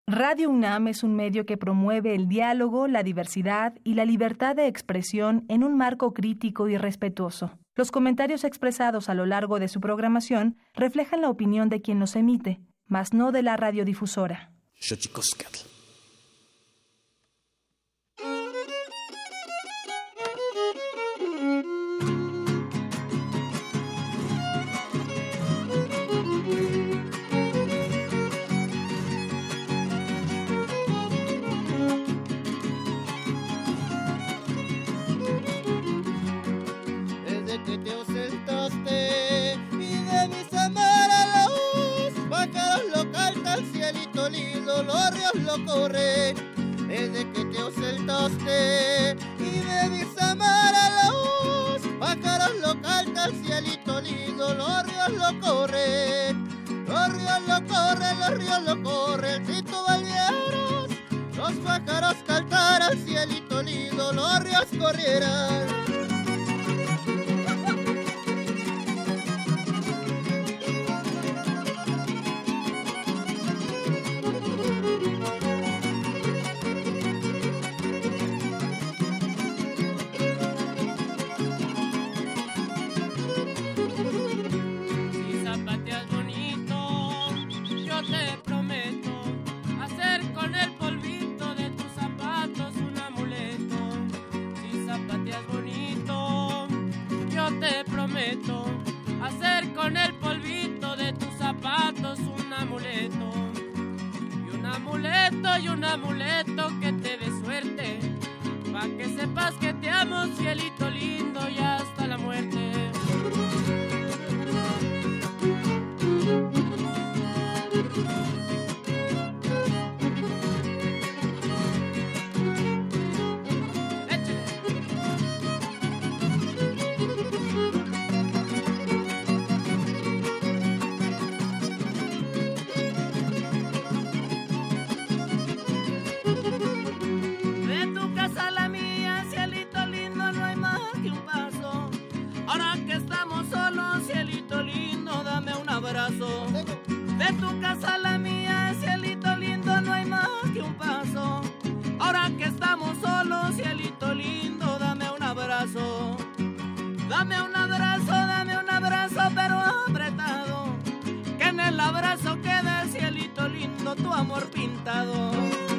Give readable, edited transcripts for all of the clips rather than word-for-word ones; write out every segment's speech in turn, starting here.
Radio UNAM es un medio que promueve el diálogo, la diversidad y la libertad de expresión en un marco crítico y respetuoso. Los comentarios expresados a lo largo de su programación reflejan la opinión de quien los emite, mas no de la radiodifusora. Xochicóscatl. Los ríos lo corren desde que te ausentaste y debes amar a la voz. Pájaros lo cantan, cielito lindo, los ríos lo corren, los ríos lo corren, los ríos lo corren. Si tú volvieras, los pájaros cantaran, cielito lindo, los ríos corrieran. Hacer con el polvito de tus zapatos un amuleto. Y un amuleto que te dé suerte, pa' que sepas que te amo, cielito lindo, y hasta la muerte. De tu casa a la mía, cielito lindo, no hay más que un paso. Ahora que estamos solos, cielito lindo, dame un abrazo. Dame un abrazo, pero apretado. Que en el abrazo quede, cielito lindo, tu amor pintado.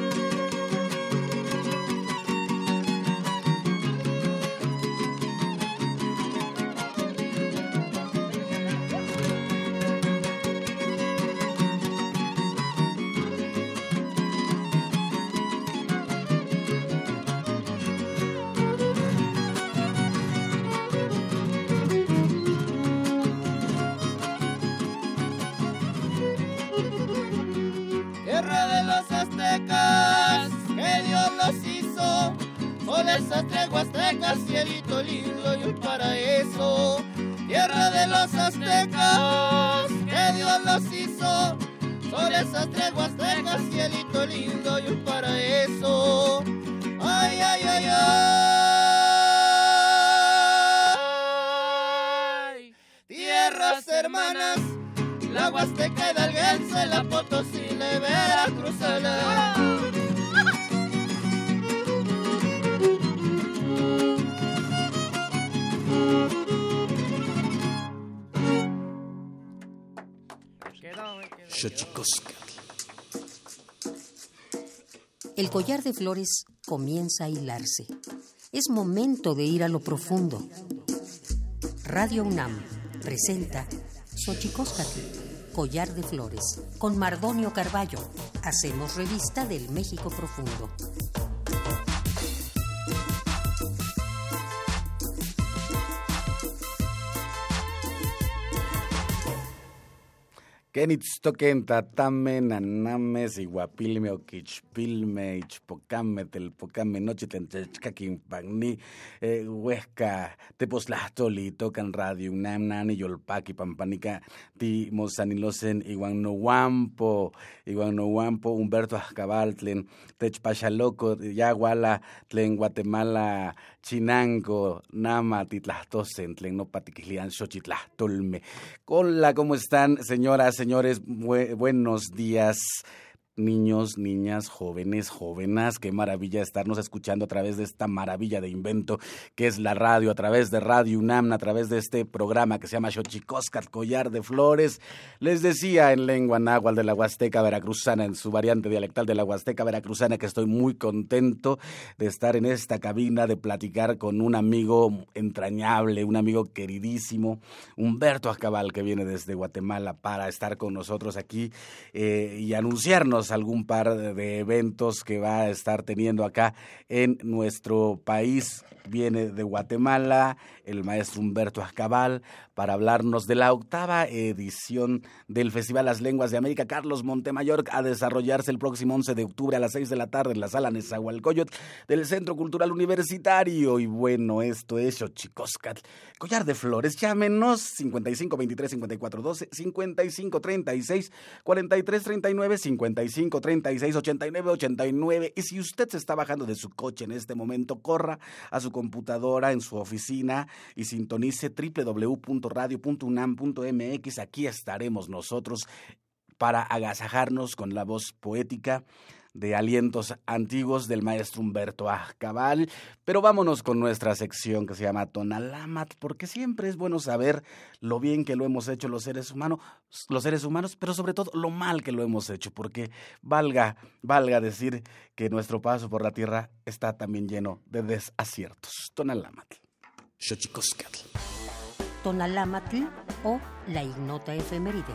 Que Dios los hizo, con esas treguas aztecas, cielito lindo y un paraíso. Tierra de los aztecas, que Dios los hizo, con esas treguas aztecas, cielito lindo y un paraíso. Ay, ay, ay, ay. Tierras hermanas, la Huasteca hidalguense, la Potosí, la veracruzana. El collar de flores comienza a hilarse. Es momento de ir a lo profundo. Radio UNAM presenta Xochicóscatl, collar de flores, con Mardonio Carballo. Hacemos revista del México profundo. Kenitztoquen tatame, nanames, iguapilme, oquichpilme, ichpocame, telpocame, nochitlen, techcaquinpagni, huesca, tepoztlastoli, tocan Radio UNAM, nani, yolpaqui, pampanica, ti mozanilosen, iguanohuampo, Humberto Azcabal, tlen, techpachaloco, yaguala, tlen Guatemala, Chinango, Nama, Titlahtosen, tlen no patiquilian, Xochitlastolme. Hola, ¿cómo están, señoras, señores? Buenos días. niños, niñas, jóvenes, jóvenes, qué maravilla estarnos escuchando a través de esta maravilla de invento que es la radio, a través de Radio UNAM, a través de este programa que se llama Xochicóscatl, Collar de Flores. Les decía en lengua náhuatl de la Huasteca Veracruzana, en su variante dialectal de la Huasteca Veracruzana, que estoy muy contento de estar en esta cabina, de platicar con un amigo entrañable, un amigo queridísimo, Humberto Acabal, que viene desde Guatemala para estar con nosotros aquí y anunciarnos algún par de eventos que va a estar teniendo acá en nuestro país. Viene de Guatemala el maestro Humberto Acabal para hablarnos de la 8ª edición del Festival Las Lenguas de América Carlos Montemayor, a desarrollarse el próximo 11 de octubre a las 6 de la tarde en la sala Nezahualcóyotl del Centro Cultural Universitario. Y bueno, esto es Xochicóscatl, Collar de Flores. Llámenos 55 23 54 12, 55 36 43 39, 55 36 89 89. Y si usted se está bajando de su coche en este momento, corra a su computadora en su oficina y sintonice www.radio.unam.mx. Aquí estaremos nosotros para agasajarnos con la voz poética de alientos antiguos del maestro Humberto Acabal. Pero vámonos con nuestra sección que se llama Tonalámatl, porque siempre es bueno saber lo bien que lo hemos hecho los seres humanos, pero sobre todo lo mal que lo hemos hecho, porque valga decir que nuestro paso por la tierra está también lleno de desaciertos. Tonalámatl. Xochicóscatl. Tonalámatl o la ignota efeméride.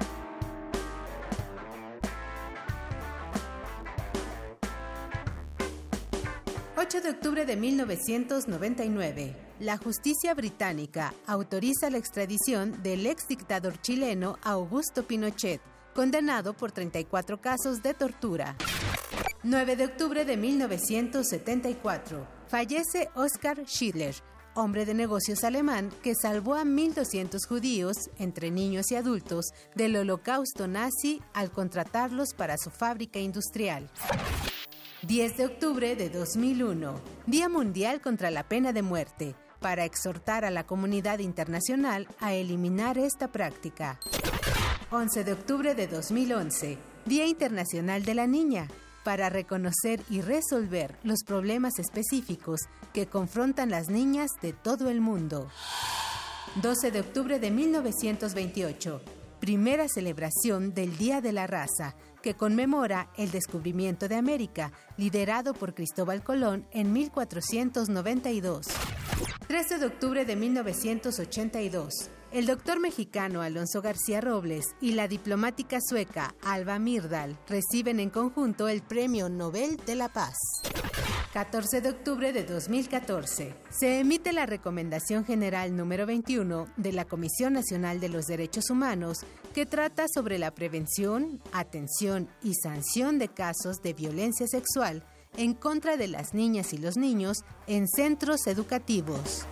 8 de octubre de 1999, la justicia británica autoriza la extradición del ex dictador chileno Augusto Pinochet, condenado por 34 casos de tortura. 9 de octubre de 1974, fallece Oskar Schindler, hombre de negocios alemán que salvó a 1.200 judíos, entre niños y adultos, del holocausto nazi al contratarlos para su fábrica industrial. 10 de octubre de 2001, Día Mundial contra la Pena de Muerte, para exhortar a la comunidad internacional a eliminar esta práctica. 11 de octubre de 2011, Día Internacional de la Niña, para reconocer y resolver los problemas específicos que confrontan las niñas de todo el mundo. 12 de octubre de 1928, primera celebración del Día de la Raza, que conmemora el descubrimiento de América, liderado por Cristóbal Colón en 1492. 13 de octubre de 1982, el doctor mexicano Alonso García Robles y la diplomática sueca Alva Myrdal reciben en conjunto el Premio Nobel de la Paz. 14 de octubre de 2014, se emite la Recomendación General número 21 de la Comisión Nacional de los Derechos Humanos, que trata sobre la prevención, atención y sanción de casos de violencia sexual en contra de las niñas y los niños en centros educativos.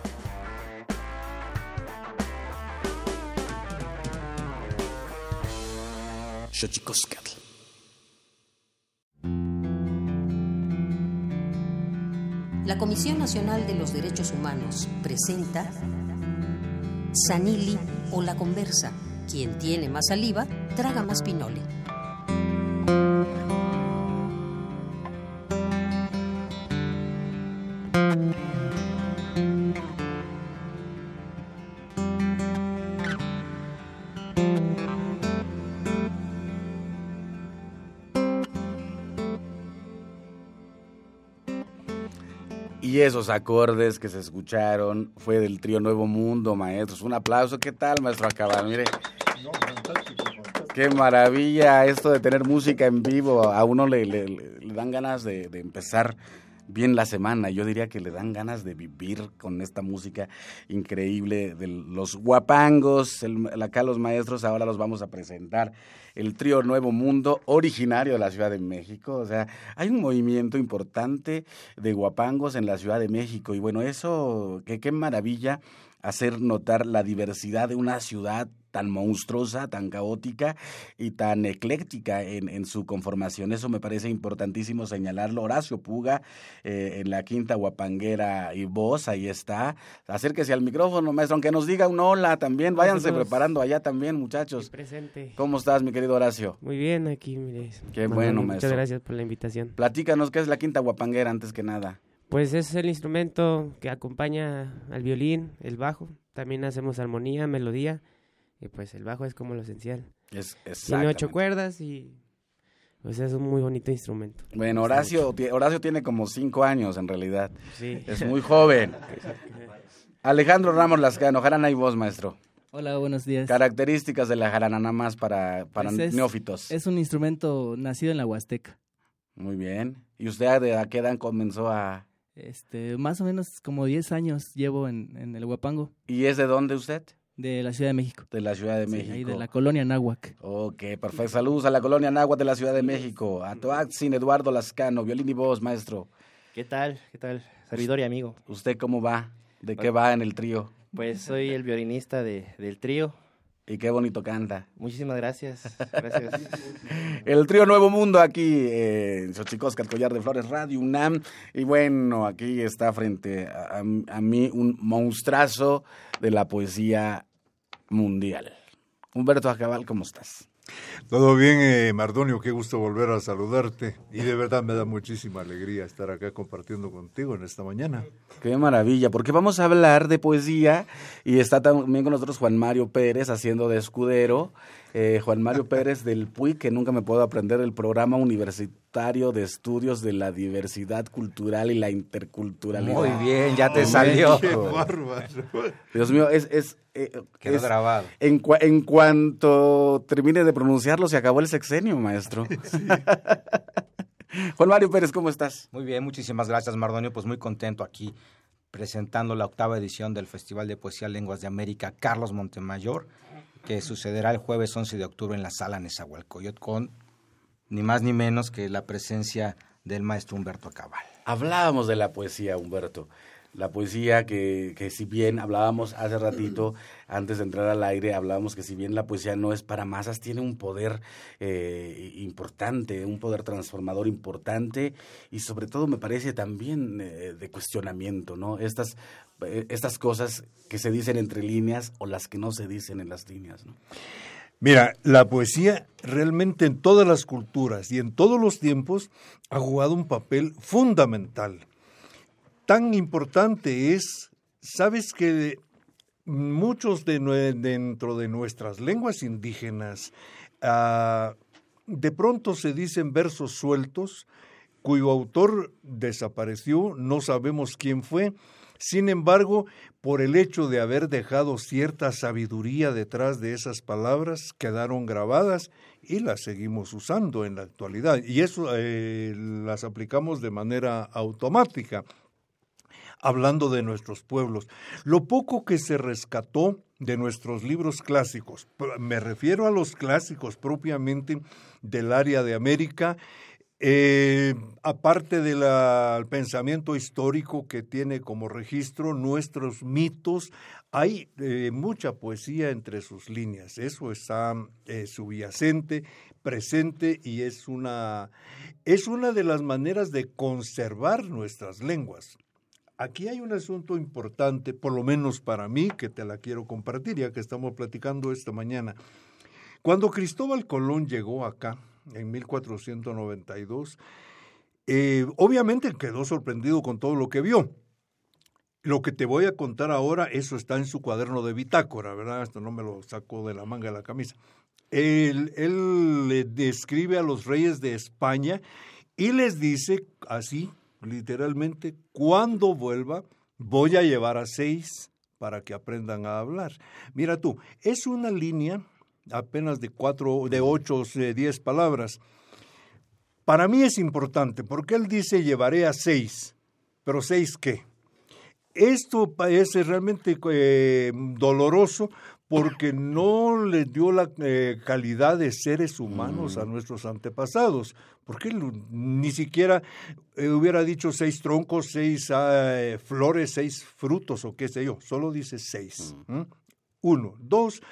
Xochicóscatl. La Comisión Nacional de los Derechos Humanos presenta Sanili o La Conversa. Quien tiene más saliva, traga más pinole. Y esos acordes que se escucharon fue del trío Nuevo Mundo, maestros. Un aplauso. ¿Qué tal, maestro Acabal? Mire, qué maravilla esto de tener música en vivo. A uno le dan ganas de empezar bien la semana. Yo diría que le dan ganas de vivir con esta música increíble de los guapangos. Acá los maestros ahora los vamos a presentar. El trío Nuevo Mundo, originario de la Ciudad de México. O sea, hay un movimiento importante de guapangos en la Ciudad de México. Y bueno, eso, qué maravilla hacer notar la diversidad de una ciudad tan monstruosa, tan caótica y tan ecléctica en su conformación. Eso me parece importantísimo señalarlo. Horacio Puga, en la Quinta Huapanguera y voz, ahí está. Acérquese al micrófono, maestro, aunque nos diga un hola también. Váyanse preparando allá también, muchachos. Presente. ¿Cómo estás, mi querido Horacio? Muy bien, aquí, mire. Qué bueno, maestro. Muchas gracias por la invitación. Platícanos, ¿qué es la Quinta Huapanguera antes que nada? Pues es el instrumento que acompaña al violín, el bajo. También hacemos armonía, melodía. Y pues el bajo es como lo esencial. Tiene 8 cuerdas y pues es un muy bonito instrumento. Bueno, Horacio tiene como 5 años en realidad. Sí. Es muy joven. Alejandro Ramos Lascano, jarana y voz, maestro. Hola, buenos días. Características de la jarana, nada más para pues neófitos. Es un instrumento nacido en la Huasteca. Muy bien. ¿Y usted de a qué edad comenzó a...? Más o menos como 10 años llevo en el huapango. ¿Y es de dónde usted? De la Ciudad de México. De la Ciudad de México. Ahí de la colonia Náhuac. Ok, perfecto. Saludos a la colonia Náhuac de la Ciudad de México. A Toaxin, Eduardo Lascano, violín y voz, maestro. ¿Qué tal? Servidor y amigo. ¿Usted cómo va? ¿De qué va en el trío? Pues soy el violinista del trío. Y qué bonito canta. Muchísimas gracias. El trío Nuevo Mundo aquí en Xochicóscatl, Collar de Flores, Radio UNAM. Y bueno, aquí está frente a mí un monstruazo de la poesía mundial. Humberto Acabal, ¿cómo estás? Todo bien, Mardonio, qué gusto volver a saludarte. Y de verdad me da muchísima alegría estar acá compartiendo contigo en esta mañana. Qué maravilla, porque vamos a hablar de poesía y está también con nosotros Juan Mario Pérez haciendo de escudero. Juan Mario Pérez del PUIC, que nunca me puedo aprender, el Programa Universitario de Estudios de la Diversidad Cultural y la Interculturalidad. Muy bien, ya te salió. ¡Qué bárbaro! Dios mío, quedó grabado. En cuanto termine de pronunciarlo, se acabó el sexenio, maestro. Sí. Juan Mario Pérez, ¿cómo estás? Muy bien, muchísimas gracias, Mardonio. Pues muy contento aquí presentando la 8ª edición del Festival de Poesía Lenguas de América Carlos Montemayor, que sucederá el jueves 11 de octubre en la Sala Nezahualcóyotl con ni más ni menos que la presencia del maestro Humberto Acabal. Hablábamos de la poesía, Humberto. La poesía que si bien hablábamos hace ratito, antes de entrar al aire, hablábamos que si bien la poesía no es para masas, tiene un poder importante, un poder transformador importante y sobre todo me parece también de cuestionamiento, ¿no? Estas cosas que se dicen entre líneas o las que no se dicen en las líneas, ¿no? Mira, la poesía realmente en todas las culturas y en todos los tiempos ha jugado un papel fundamental. Tan importante es, sabes que muchos dentro de nuestras lenguas indígenas, de pronto se dicen versos sueltos, cuyo autor desapareció, no sabemos quién fue. Sin embargo, por el hecho de haber dejado cierta sabiduría detrás de esas palabras, quedaron grabadas y las seguimos usando en la actualidad. Y eso las aplicamos de manera automática, hablando de nuestros pueblos. Lo poco que se rescató de nuestros libros clásicos, me refiero a los clásicos propiamente del área de América, aparte del pensamiento histórico que tiene como registro nuestros mitos, hay mucha poesía entre sus líneas. Eso está subyacente, presente y es una de las maneras de conservar nuestras lenguas. Aquí hay un asunto importante, por lo menos para mí, que te la quiero compartir, ya que estamos platicando esta mañana. Cuando Cristóbal Colón llegó acá, en 1492, obviamente quedó sorprendido con todo lo que vio. Lo que te voy a contar ahora, eso está en su cuaderno de bitácora, ¿verdad? Esto no me lo saco de la manga de la camisa. Él le describe a los reyes de España y les dice así, literalmente, cuando vuelva voy a llevar a 6 para que aprendan a hablar. Mira tú, es una línea apenas de 8, 10 palabras. Para mí es importante porque él dice llevaré a 6, pero 6 ¿qué? Esto parece realmente doloroso porque no le dio la calidad de seres humanos a nuestros antepasados, porque él ni siquiera hubiera dicho 6 troncos, 6 flores, 6 frutos o qué sé yo, solo dice 6. 1, 2,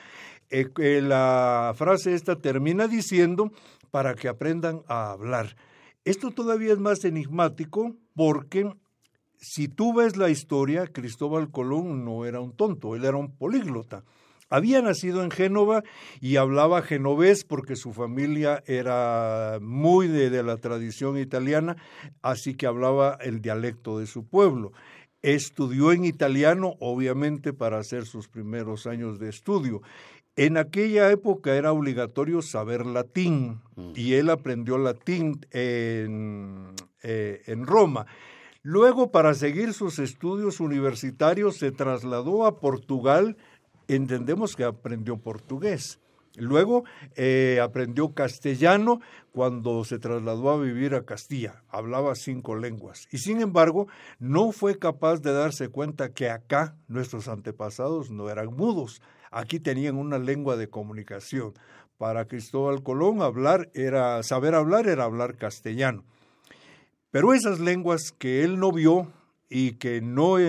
la frase esta termina diciendo para que aprendan a hablar. Esto todavía es más enigmático porque si tú ves la historia, Cristóbal Colón no era un tonto, él era un políglota. Había nacido en Génova y hablaba genovés porque su familia era muy de la tradición italiana, así que hablaba el dialecto de su pueblo. Estudió en italiano, obviamente, para hacer sus primeros años de estudio. En aquella época era obligatorio saber latín y él aprendió latín en Roma. Luego, para seguir sus estudios universitarios, se trasladó a Portugal. Entendemos que aprendió portugués. Luego aprendió castellano cuando se trasladó a vivir a Castilla. Hablaba 5 lenguas. Y sin embargo, no fue capaz de darse cuenta que acá nuestros antepasados no eran mudos. Aquí tenían una lengua de comunicación. Para Cristóbal Colón, saber hablar era hablar castellano. Pero esas lenguas que él no vio y que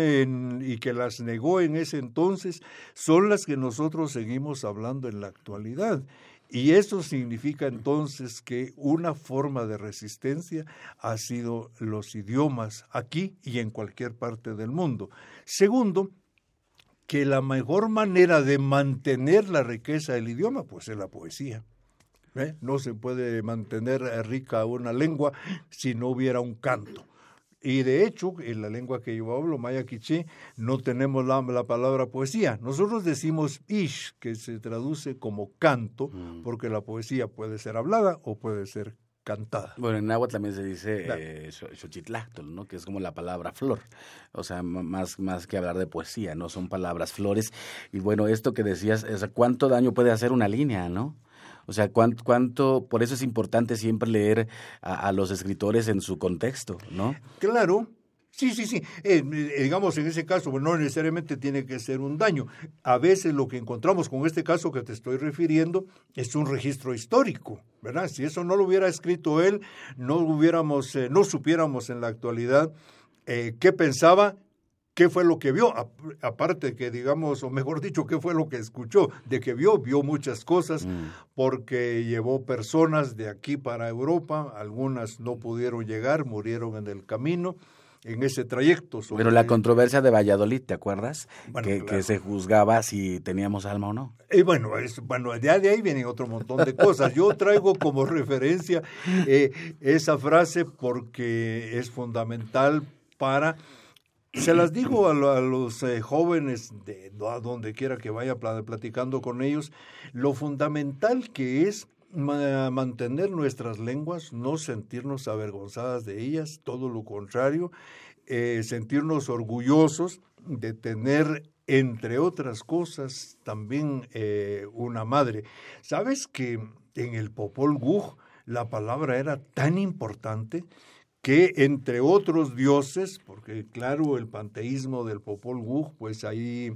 las negó en ese entonces son las que nosotros seguimos hablando en la actualidad. Y eso significa entonces que una forma de resistencia ha sido los idiomas aquí y en cualquier parte del mundo. Segundo, que la mejor manera de mantener la riqueza del idioma pues es la poesía. No se puede mantener rica una lengua si no hubiera un canto. Y de hecho, en la lengua que yo hablo, maya quiché, no tenemos la palabra poesía. Nosotros decimos ish, que se traduce como canto, porque la poesía puede ser hablada o puede ser cantada. Bueno, en náhuatl también se dice xochitlahtol, ¿no? Que es como la palabra flor. O sea, más que hablar de poesía, ¿no? Son palabras flores. Y bueno, esto que decías, ¿cuánto daño puede hacer una línea, no? O sea, cuánto, por eso es importante siempre leer a los escritores en su contexto, ¿no? Claro, sí. Digamos, en ese caso, no necesariamente tiene que ser un daño. A veces lo que encontramos con este caso que te estoy refiriendo es un registro histórico, ¿verdad? Si eso no lo hubiera escrito él, no supiéramos en la actualidad qué pensaba. ¿Qué fue lo que vio? Aparte que, digamos, o mejor dicho, ¿qué fue lo que escuchó? De que vio muchas cosas porque llevó personas de aquí para Europa, algunas no pudieron llegar, murieron en el camino, en ese trayecto. Pero la controversia de Valladolid, ¿te acuerdas? Bueno, claro. Que se juzgaba si teníamos alma o no. Bueno, de ahí vienen otro montón de cosas. Yo traigo como referencia esa frase porque es fundamental para... Se las digo a los jóvenes, a donde quiera que vaya platicando con ellos, lo fundamental que es mantener nuestras lenguas, no sentirnos avergonzadas de ellas, todo lo contrario, sentirnos orgullosos de tener, entre otras cosas, también una madre. ¿Sabes que en el Popol Vuh la palabra era tan importante que entre otros dioses, porque claro, el panteísmo del Popol Vuh, pues ahí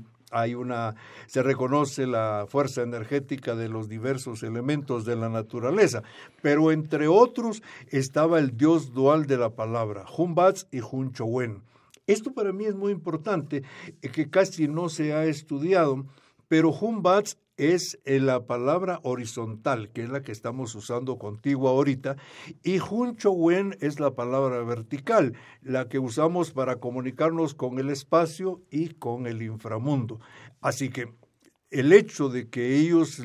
se reconoce la fuerza energética de los diversos elementos de la naturaleza, pero entre otros estaba el dios dual de la palabra, Humbats y Hunchowen. Esto para mí es muy importante, que casi no se ha estudiado, pero Humbats es la palabra horizontal, que es la que estamos usando contigo ahorita, y Hunchowen es la palabra vertical, la que usamos para comunicarnos con el espacio y con el inframundo. Así que el hecho de que ellos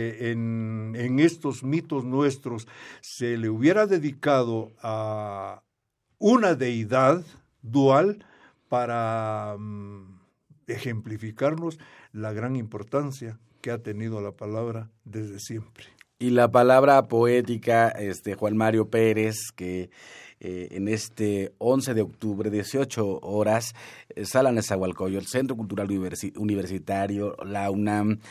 en estos mitos nuestros se le hubiera dedicado a una deidad dual para ejemplificarnos la gran importancia que ha tenido la palabra desde siempre. Y la palabra poética, Juan Mario Pérez, que en este 11 de octubre, 18 horas, Sala Nezahualcóyotl, el Centro Cultural Universitario, la UNAM,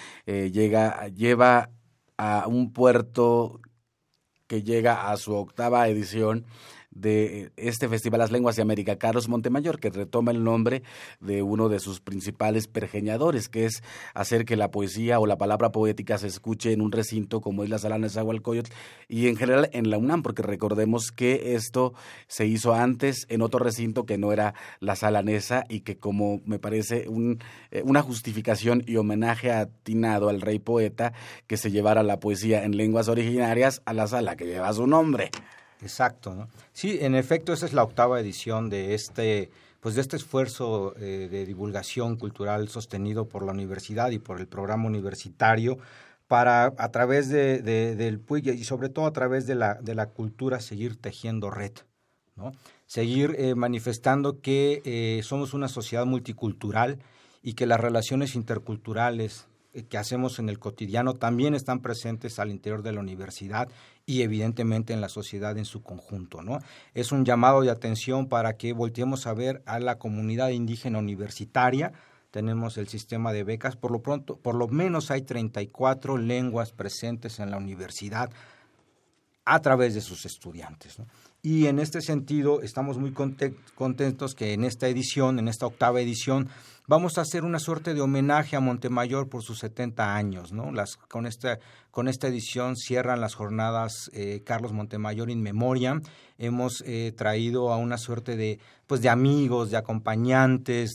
lleva a un puerto que llega a su 8ª edición de este Festival Las Lenguas de América, Carlos Montemayor, que retoma el nombre de uno de sus principales pergeñadores, que es hacer que la poesía o la palabra poética se escuche en un recinto como es la Sala Nezahualcóyotl y en general en la UNAM, porque recordemos que esto se hizo antes en otro recinto que no era la Sala Neza y que, como me parece una justificación y homenaje atinado al rey poeta, que se llevara la poesía en lenguas originarias a la sala que lleva su nombre. Exacto, ¿no? Sí, en efecto, esa es la 8ª edición de este esfuerzo de divulgación cultural sostenido por la universidad y por el programa universitario para, a través del PUIC y sobre todo a través de la cultura, seguir tejiendo red, ¿no? Seguir manifestando que somos una sociedad multicultural y que las relaciones interculturales que hacemos en el cotidiano también están presentes al interior de la universidad y evidentemente en la sociedad en su conjunto, ¿no? Es un llamado de atención para que volteemos a ver a la comunidad indígena universitaria. Tenemos el sistema de becas, por lo menos hay 34 lenguas presentes en la universidad a través de sus estudiantes, ¿no? Y en este sentido estamos muy contentos que en esta edición, en esta 8ª edición, vamos a hacer una suerte de homenaje a Montemayor por sus 70 años, ¿no? Con esta edición cierran las jornadas Carlos Montemayor in memoriam. Hemos traído a una suerte de amigos, de acompañantes,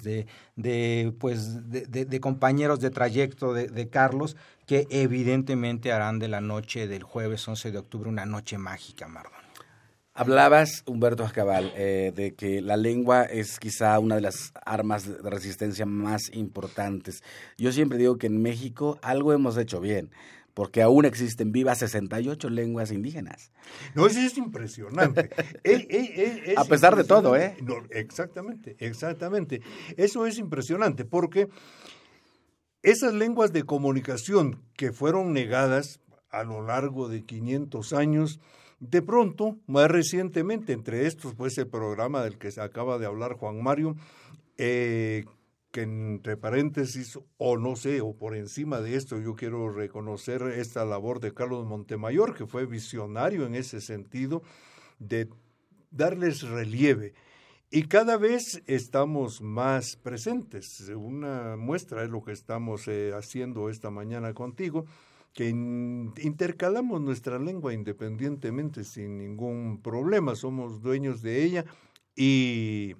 de compañeros de trayecto de Carlos, que evidentemente harán de la noche del jueves 11 de octubre una noche mágica, Mardonio. Hablabas, Humberto Ascabal, de que la lengua es quizá una de las armas de resistencia más importantes. Yo siempre digo que en México algo hemos hecho bien, porque aún existen vivas 68 lenguas indígenas. No, eso es impresionante. A pesar de todo, ¿eh? No, exactamente. Eso es impresionante, porque esas lenguas de comunicación que fueron negadas a lo largo de 500 años, de pronto, más recientemente, entre estos, el programa del que se acaba de hablar Juan Mario, que entre paréntesis, o por encima de esto, yo quiero reconocer esta labor de Carlos Montemayor, que fue visionario en ese sentido, de darles relieve. Y cada vez estamos más presentes. Una muestra es lo que estamos haciendo esta mañana contigo, que intercalamos nuestra lengua independientemente, sin ningún problema, somos dueños de ella, y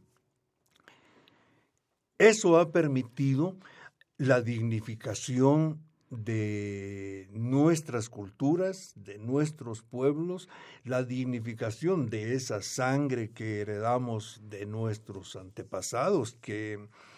eso ha permitido la dignificación de nuestras culturas, de nuestros pueblos, la dignificación de esa sangre que heredamos de nuestros antepasados, que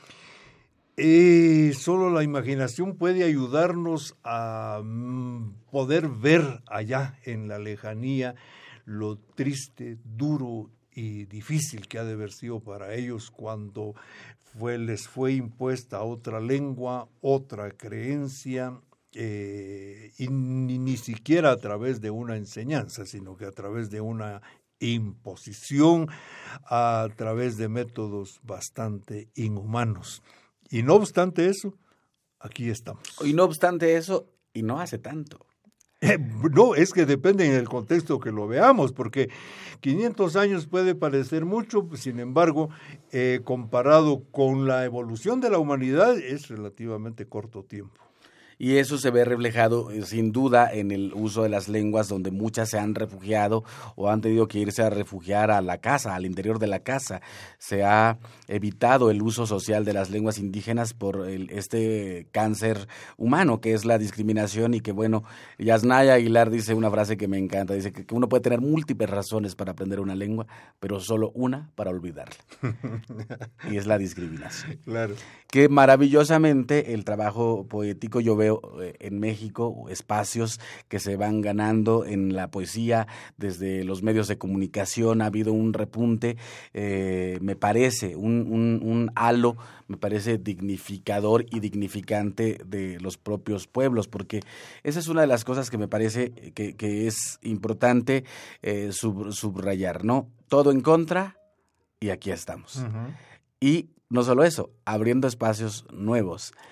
solo la imaginación puede ayudarnos a poder ver allá en la lejanía lo triste, duro y difícil que ha de haber sido para ellos cuando les fue impuesta otra lengua, otra creencia, y ni siquiera a través de una enseñanza, sino que a través de una imposición, a través de métodos bastante inhumanos. Y no obstante eso, aquí estamos. Y no obstante eso, y no hace tanto. No, es que depende en el contexto que lo veamos, porque 500 años puede parecer mucho, sin embargo, comparado con la evolución de la humanidad, es relativamente corto tiempo. Y eso se ve reflejado sin duda en el uso de las lenguas, donde muchas se han refugiado o han tenido que irse a refugiar a la casa, al interior de la casa. Se ha evitado el uso social de las lenguas indígenas por este cáncer humano que es la discriminación, y que Yasnaya Aguilar dice una frase que me encanta, dice que uno puede tener múltiples razones para aprender una lengua, pero solo una para olvidarla. Y es la discriminación. Claro. Que maravillosamente el trabajo poético, yo veo en México espacios que se van ganando en la poesía, desde los medios de comunicación ha habido un repunte, me parece un halo, me parece dignificador y dignificante de los propios pueblos, porque esa es una de las cosas que me parece que es importante subrayar, ¿no? Todo en contra y aquí estamos. Uh-huh. Y no solo eso, abriendo espacios nuevos.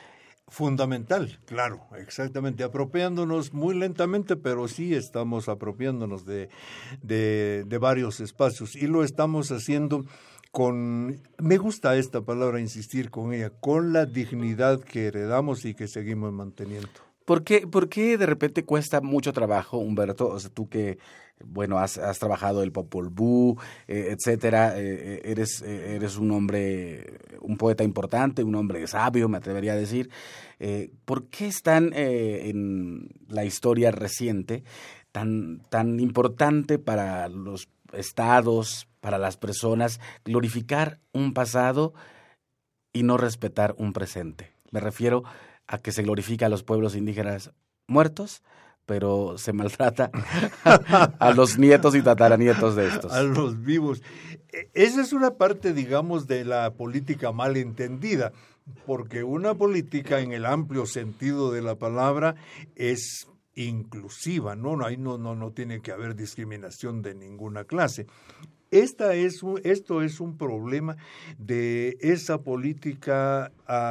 Fundamental, claro, exactamente, apropiándonos muy lentamente, pero sí estamos apropiándonos de varios espacios y lo estamos haciendo me gusta esta palabra, insistir con ella, con la dignidad que heredamos y que seguimos manteniendo. ¿Por qué de repente cuesta mucho trabajo, Humberto? O sea, tú que, bueno, has trabajado el Popol Vuh, etcétera, eres un hombre, un poeta importante, un hombre sabio, me atrevería a decir. ¿Por qué es tan, en la historia reciente, tan importante para los estados, para las personas, glorificar un pasado y no respetar un presente? Me refiero a que se glorifica a los pueblos indígenas muertos, pero se maltrata a los nietos y tataranietos de estos. A los vivos. Esa es una parte, digamos, de la política mal entendida, porque una política en el amplio sentido de la palabra es inclusiva, ahí no tiene que haber discriminación de ninguna clase. Esto es un problema de esa política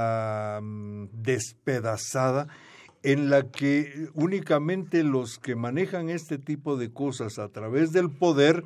despedazada en la que únicamente los que manejan este tipo de cosas a través del poder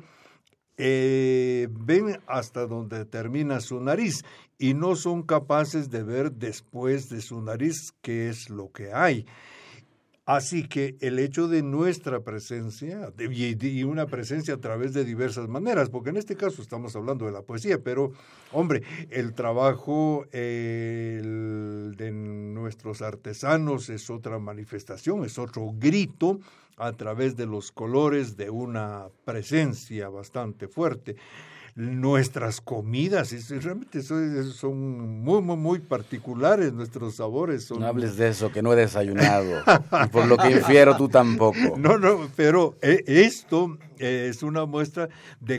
ven hasta donde termina su nariz y no son capaces de ver después de su nariz qué es lo que hay. Así que el hecho de nuestra presencia, y una presencia a través de diversas maneras, porque en este caso estamos hablando de la poesía, pero, hombre, el trabajo de nuestros artesanos es otra manifestación, es otro grito a través de los colores de una presencia bastante fuerte. Nuestras comidas, realmente son muy, muy, muy particulares, nuestros sabores. No hables de eso, que no he desayunado, y por lo que infiero tú tampoco. No, pero esto es una muestra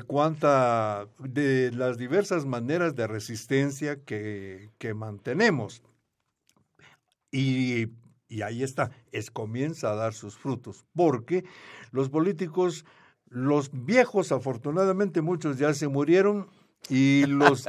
de las diversas maneras de resistencia que mantenemos. Y ahí está, comienza a dar sus frutos, porque los políticos... Los viejos, afortunadamente, muchos ya se murieron y los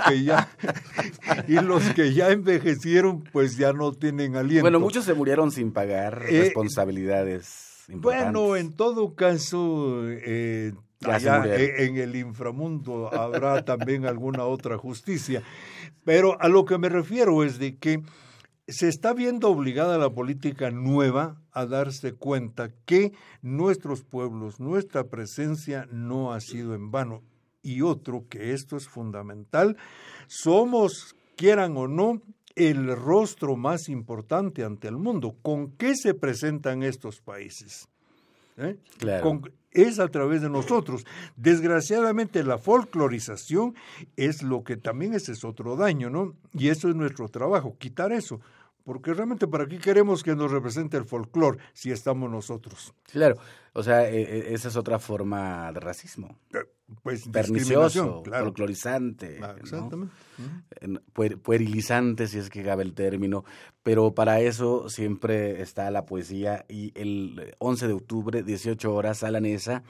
que ya envejecieron, pues ya no tienen aliento. Bueno, muchos se murieron sin pagar responsabilidades importantes. Bueno, en todo caso, allá en el inframundo habrá también alguna otra justicia. Pero a lo que me refiero es de que se está viendo obligada la política nueva a darse cuenta que nuestros pueblos, nuestra presencia no ha sido en vano. Y otro, que esto es fundamental, somos, quieran o no, el rostro más importante ante el mundo. ¿Con qué se presentan estos países? Claro. Es a través de nosotros. Desgraciadamente la folclorización es lo que también ese es otro daño, ¿no? Y eso es nuestro trabajo, quitar eso. Porque realmente ¿para qué queremos que nos represente el folclore si estamos nosotros? Claro, o sea, esa es otra forma de racismo. Pues pernicioso, claro. Folclorizante, exactamente. ¿no? Puerilizante, si es que cabe el término, pero para eso siempre está la poesía. Y el 11 de octubre, 18 horas, Sala Neza.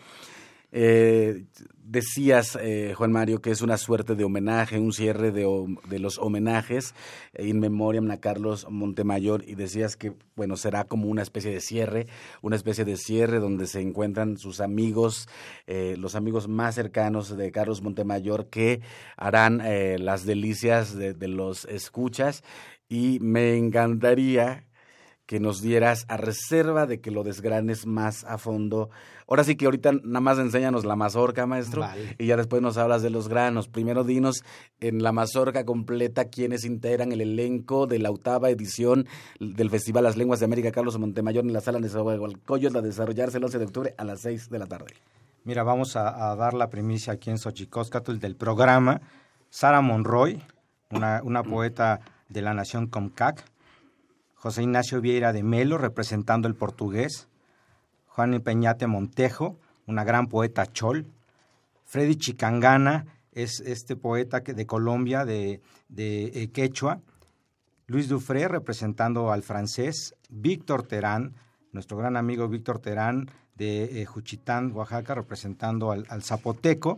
Decías, Juan Mario, que es una suerte de homenaje, un cierre de los homenajes in memoriam a Carlos Montemayor, y decías que, bueno, será como una especie de cierre donde se encuentran sus amigos, los amigos más cercanos de Carlos Montemayor, que harán las delicias de los escuchas, y me encantaría que nos dieras, a reserva de que lo desgranes más a fondo. Ahora sí que ahorita nada más enséñanos la mazorca, maestro, vale. Y ya después nos hablas de los granos. Primero dinos en la mazorca completa quiénes integran el elenco de la 8ª edición del Festival Las Lenguas de América Carlos Montemayor en la Sala Nezahualcóyotl, a desarrollarse el 11 de octubre a las 6 de la tarde. Mira, vamos a dar la primicia aquí en Xochicóscatl del programa. Sara Monroy, una poeta de la nación Comcac. José Ignacio Vieira de Melo, representando el portugués. Juan Peñate Montejo, una gran poeta chol. Freddy Chicangana es este poeta de Colombia, de quechua. Luis Dufré, representando al francés. Víctor Terán, nuestro gran amigo Víctor Terán, de Juchitán, Oaxaca, representando al zapoteco.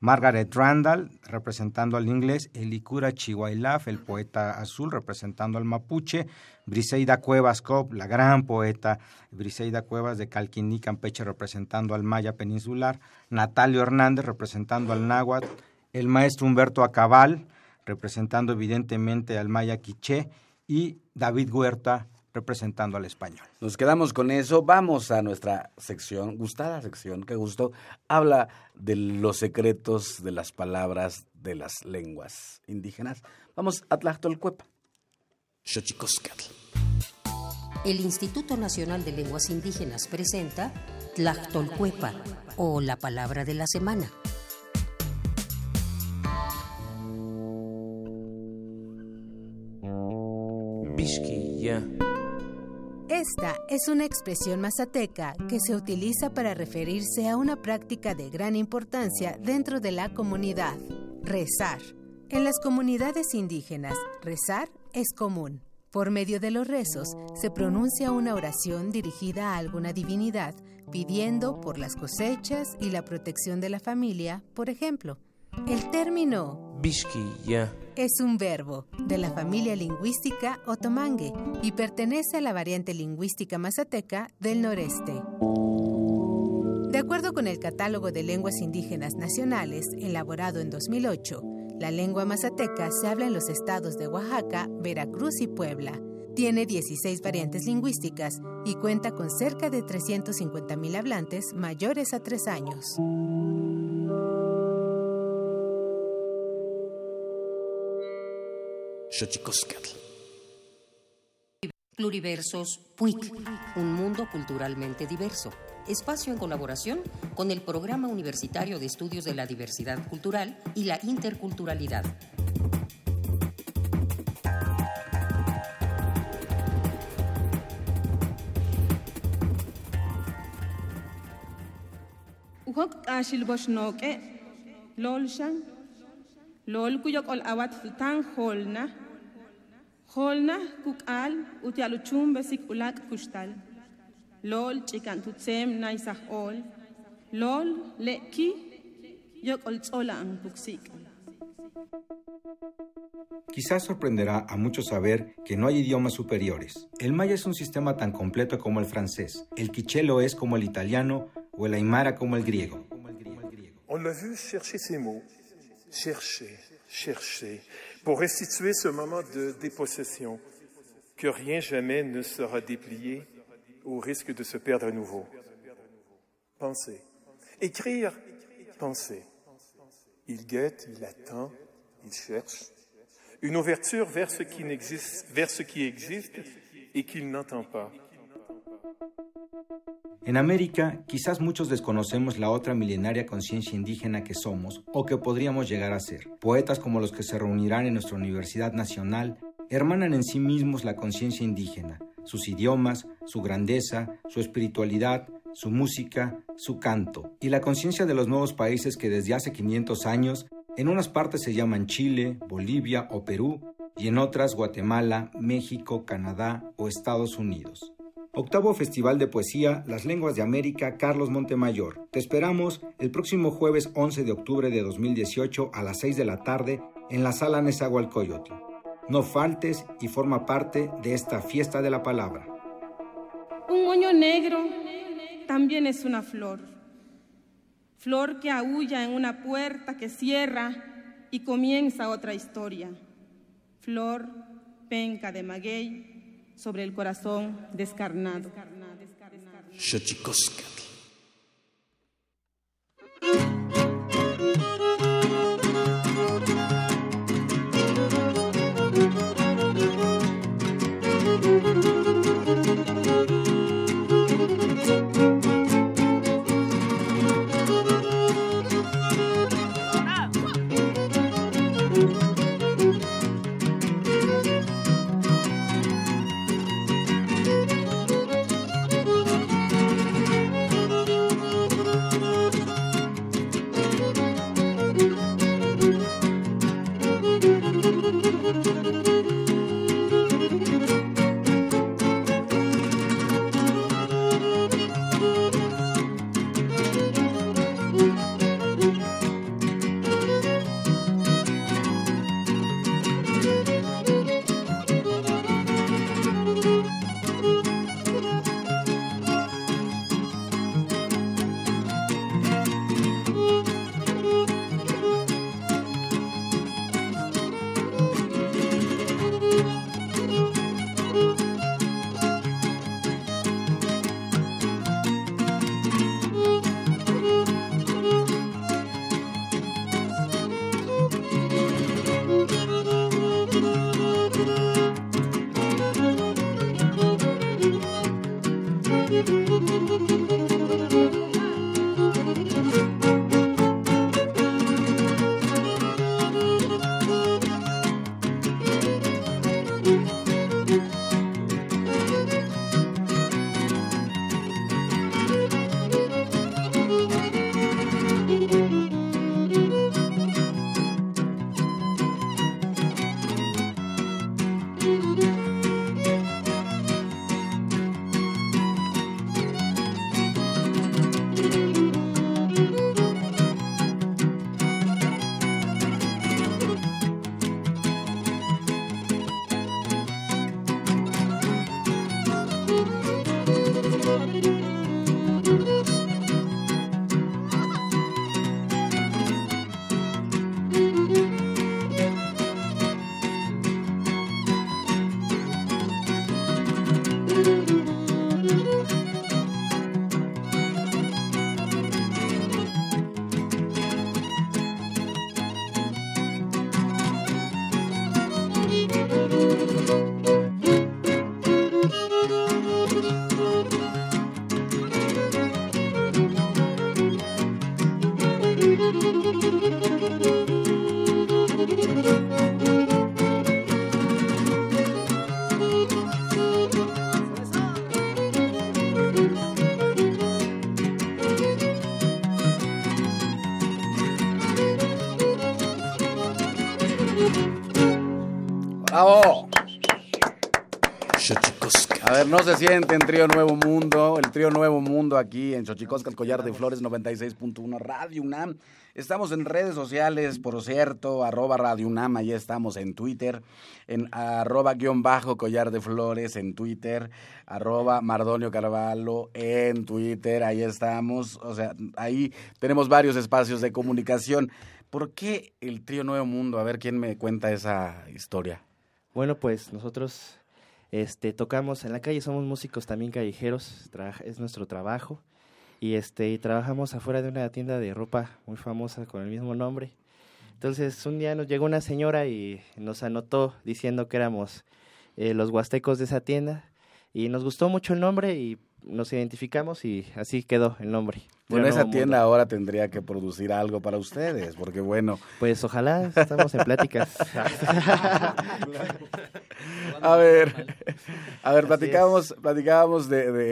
Margaret Randall, representando al inglés, Elikura Chihuailaf, el poeta azul, representando al mapuche, Briseida Cuevas Cop, la gran poeta Briseida Cuevas de Calquiní, Campeche, representando al maya peninsular, Natalio Hernández, representando al náhuatl, el maestro Humberto Acabal, representando evidentemente al maya quiché, y David Huerta, representando al español. Nos quedamos con eso, vamos a nuestra sección, gustada sección, que gustó, habla de los secretos de las palabras de las lenguas indígenas. Vamos a Tlachtolcuepa. Xochicóscatl. El Instituto Nacional de Lenguas Indígenas presenta Tlachtolcuepa, o la palabra de la semana. Bishquilla. Esta es una expresión mazateca que se utiliza para referirse a una práctica de gran importancia dentro de la comunidad: rezar. En las comunidades indígenas, rezar es común. Por medio de los rezos, se pronuncia una oración dirigida a alguna divinidad, pidiendo por las cosechas y la protección de la familia, por ejemplo. El término Bishquilla es un verbo de la familia lingüística otomangue y pertenece a la variante lingüística mazateca del noreste. De acuerdo con el Catálogo de Lenguas Indígenas Nacionales, elaborado en 2008, la lengua mazateca se habla en los estados de Oaxaca, Veracruz y Puebla. Tiene 16 variantes lingüísticas y cuenta con cerca de 350,000 hablantes mayores a 3 años. Xochicóscatl. Pluriversos PUIC, un mundo culturalmente diverso. Espacio en colaboración con el Programa Universitario de Estudios de la Diversidad Cultural y la Interculturalidad. Lol kuyok ol awat tan holna kukal utialuchum besik ulak kustal. Lol chikan tutsem naisah ol. Lol leki yok ol tsolan puksik. Quizás sorprenderá a muchos saber que no hay idiomas superiores. El maya es un sistema tan completo como el francés, el quiché lo es como el italiano o el aymara como el griego. On l'a vu chercher ces mots. Chercher, pour restituer ce moment de dépossession, que rien jamais ne sera déplié au risque de se perdre à nouveau. Penser. Écrire, penser. Il guette, il attend, il cherche. Une ouverture vers ce qui existe et qu'il n'entend pas. En América, quizás muchos desconocemos la otra milenaria conciencia indígena que somos o que podríamos llegar a ser. Poetas como los que se reunirán en nuestra Universidad Nacional hermanan en sí mismos la conciencia indígena, sus idiomas, su grandeza, su espiritualidad, su música, su canto, y la conciencia de los nuevos países que desde hace 500 años en unas partes se llaman Chile, Bolivia o Perú, y en otras Guatemala, México, Canadá o Estados Unidos. Octavo Festival de Poesía Las Lenguas de América Carlos Montemayor. Te esperamos el próximo jueves 11 de octubre de 2018 a las 6 de la tarde en la Sala Nezahualcóyotl. No faltes y forma parte de esta fiesta de la palabra. Un moño negro también es una flor. Flor que aúlla en una puerta que cierra y comienza otra historia. Flor, penca de maguey, sobre el corazón descarnado. Xochicóscatl. ¡Bravo! A ver, no se sienten Trío Nuevo Mundo, el Trío Nuevo Mundo aquí en Xochicóscatl, Collar de Flores 96.1 Radio UNAM. Estamos en redes sociales, por cierto, @Radio UNAM, ahí estamos en Twitter, en @_Collar de Flores en Twitter, @Mardonio Carvalho en Twitter, ahí estamos, o sea, ahí tenemos varios espacios de comunicación. ¿Por qué el Trío Nuevo Mundo? A ver, ¿quién me cuenta esa historia? Bueno, pues nosotros tocamos en la calle, somos músicos también callejeros, es nuestro trabajo, y trabajamos afuera de una tienda de ropa muy famosa con el mismo nombre. Entonces un día nos llegó una señora y nos anotó diciendo que éramos los huastecos de esa tienda, y nos gustó mucho el nombre y nos identificamos y así quedó el nombre. Bueno, esa tienda ahora tendría que producir algo para ustedes, porque bueno... Pues ojalá, estamos en pláticas. A ver, platicábamos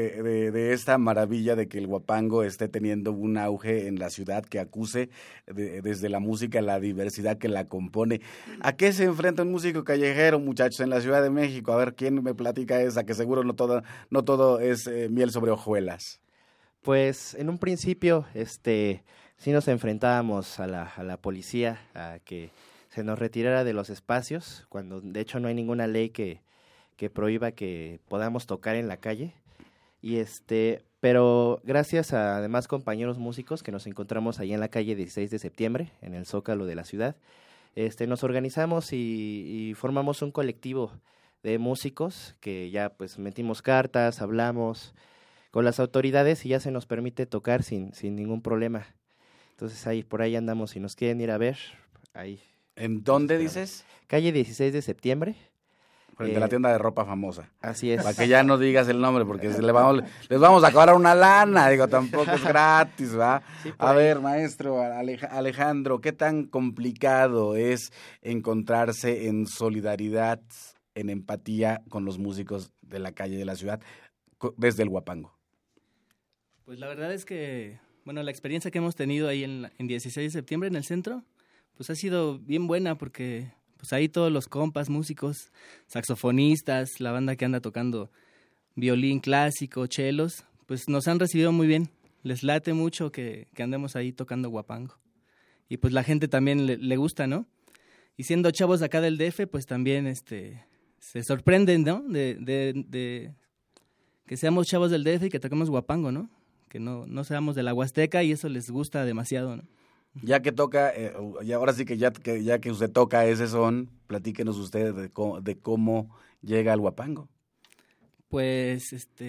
de esta maravilla de que el huapango esté teniendo un auge en la ciudad, que acuse desde la música la diversidad que la compone. ¿A qué se enfrenta un músico callejero, muchachos, en la Ciudad de México? A ver, ¿quién me platica esa? Que seguro no todo es miel sobre hojuelas. Pues en un principio sí nos enfrentábamos a la policía, a que se nos retirara de los espacios, cuando de hecho no hay ninguna ley que prohíba que podamos tocar en la calle. Y pero gracias a además compañeros músicos que nos encontramos ahí en la calle 16 de septiembre, en el Zócalo de la ciudad, nos organizamos y formamos un colectivo de músicos que ya pues metimos cartas, hablamos con las autoridades y ya se nos permite tocar sin ningún problema. Entonces por ahí andamos, si nos quieren ir a ver, ahí. ¿En dónde dices? Calle 16 de septiembre. Frente a la tienda de ropa famosa. Así es. Para que ya no digas el nombre, porque les vamos a cobrar una lana, digo, tampoco es gratis, ¿va? Sí, a ver, maestro Alejandro, ¿qué tan complicado es encontrarse en solidaridad, en empatía con los músicos de la calle de la ciudad desde el huapango? Pues la verdad es que, bueno, la experiencia que hemos tenido ahí en 16 de septiembre en el centro, pues ha sido bien buena porque pues ahí todos los compas, músicos, saxofonistas, la banda que anda tocando violín clásico, chelos, pues nos han recibido muy bien. Les late mucho que andemos ahí tocando huapango. Y pues la gente también le gusta, ¿no? Y siendo chavos de acá del DF, pues también se sorprenden, ¿no? De que seamos chavos del DF y que toquemos huapango, ¿no? Que no seamos de la Huasteca y eso les gusta demasiado, ¿no? Ya que toca, y ahora sí que ya que usted toca ese son, platíquenos ustedes de cómo llega al huapango. Pues,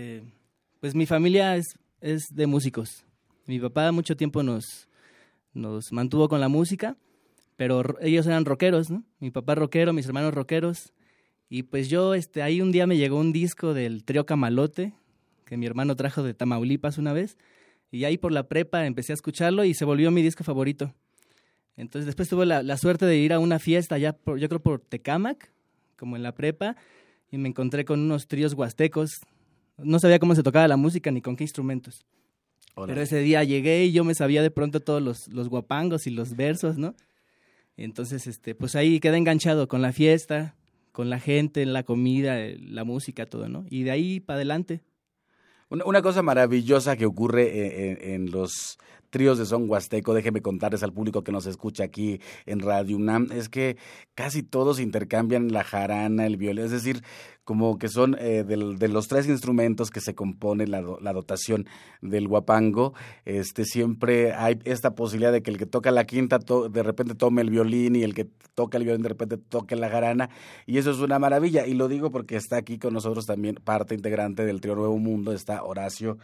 pues mi familia es de músicos. Mi papá mucho tiempo nos mantuvo con la música, pero ellos eran rockeros, ¿no? Mi papá rockero, mis hermanos rockeros, y pues yo, ahí un día me llegó un disco del Trío Camalote, que mi hermano trajo de Tamaulipas una vez, y ahí por la prepa empecé a escucharlo y se volvió mi disco favorito. Entonces después tuve la suerte de ir a una fiesta allá, yo creo por Tecámac, como en la prepa, y me encontré con unos tríos huastecos. No sabía cómo se tocaba la música ni con qué instrumentos. Hola. Pero ese día llegué y yo me sabía de pronto todos los guapangos y los versos, ¿no? Entonces, pues ahí quedé enganchado con la fiesta, con la gente, la comida, la música, todo, ¿no? Y de ahí para adelante. Una cosa maravillosa que ocurre en los tríos de son huasteco, déjeme contarles al público que nos escucha aquí en Radio UNAM, es que casi todos intercambian la jarana, el violín, es decir, como que son de los tres instrumentos que se compone la dotación del huapango, siempre hay esta posibilidad de que el que toca la quinta de repente tome el violín y el que toca el violín de repente toque la jarana, y eso es una maravilla, y lo digo porque está aquí con nosotros también parte integrante del Trío Nuevo Mundo, está Horacio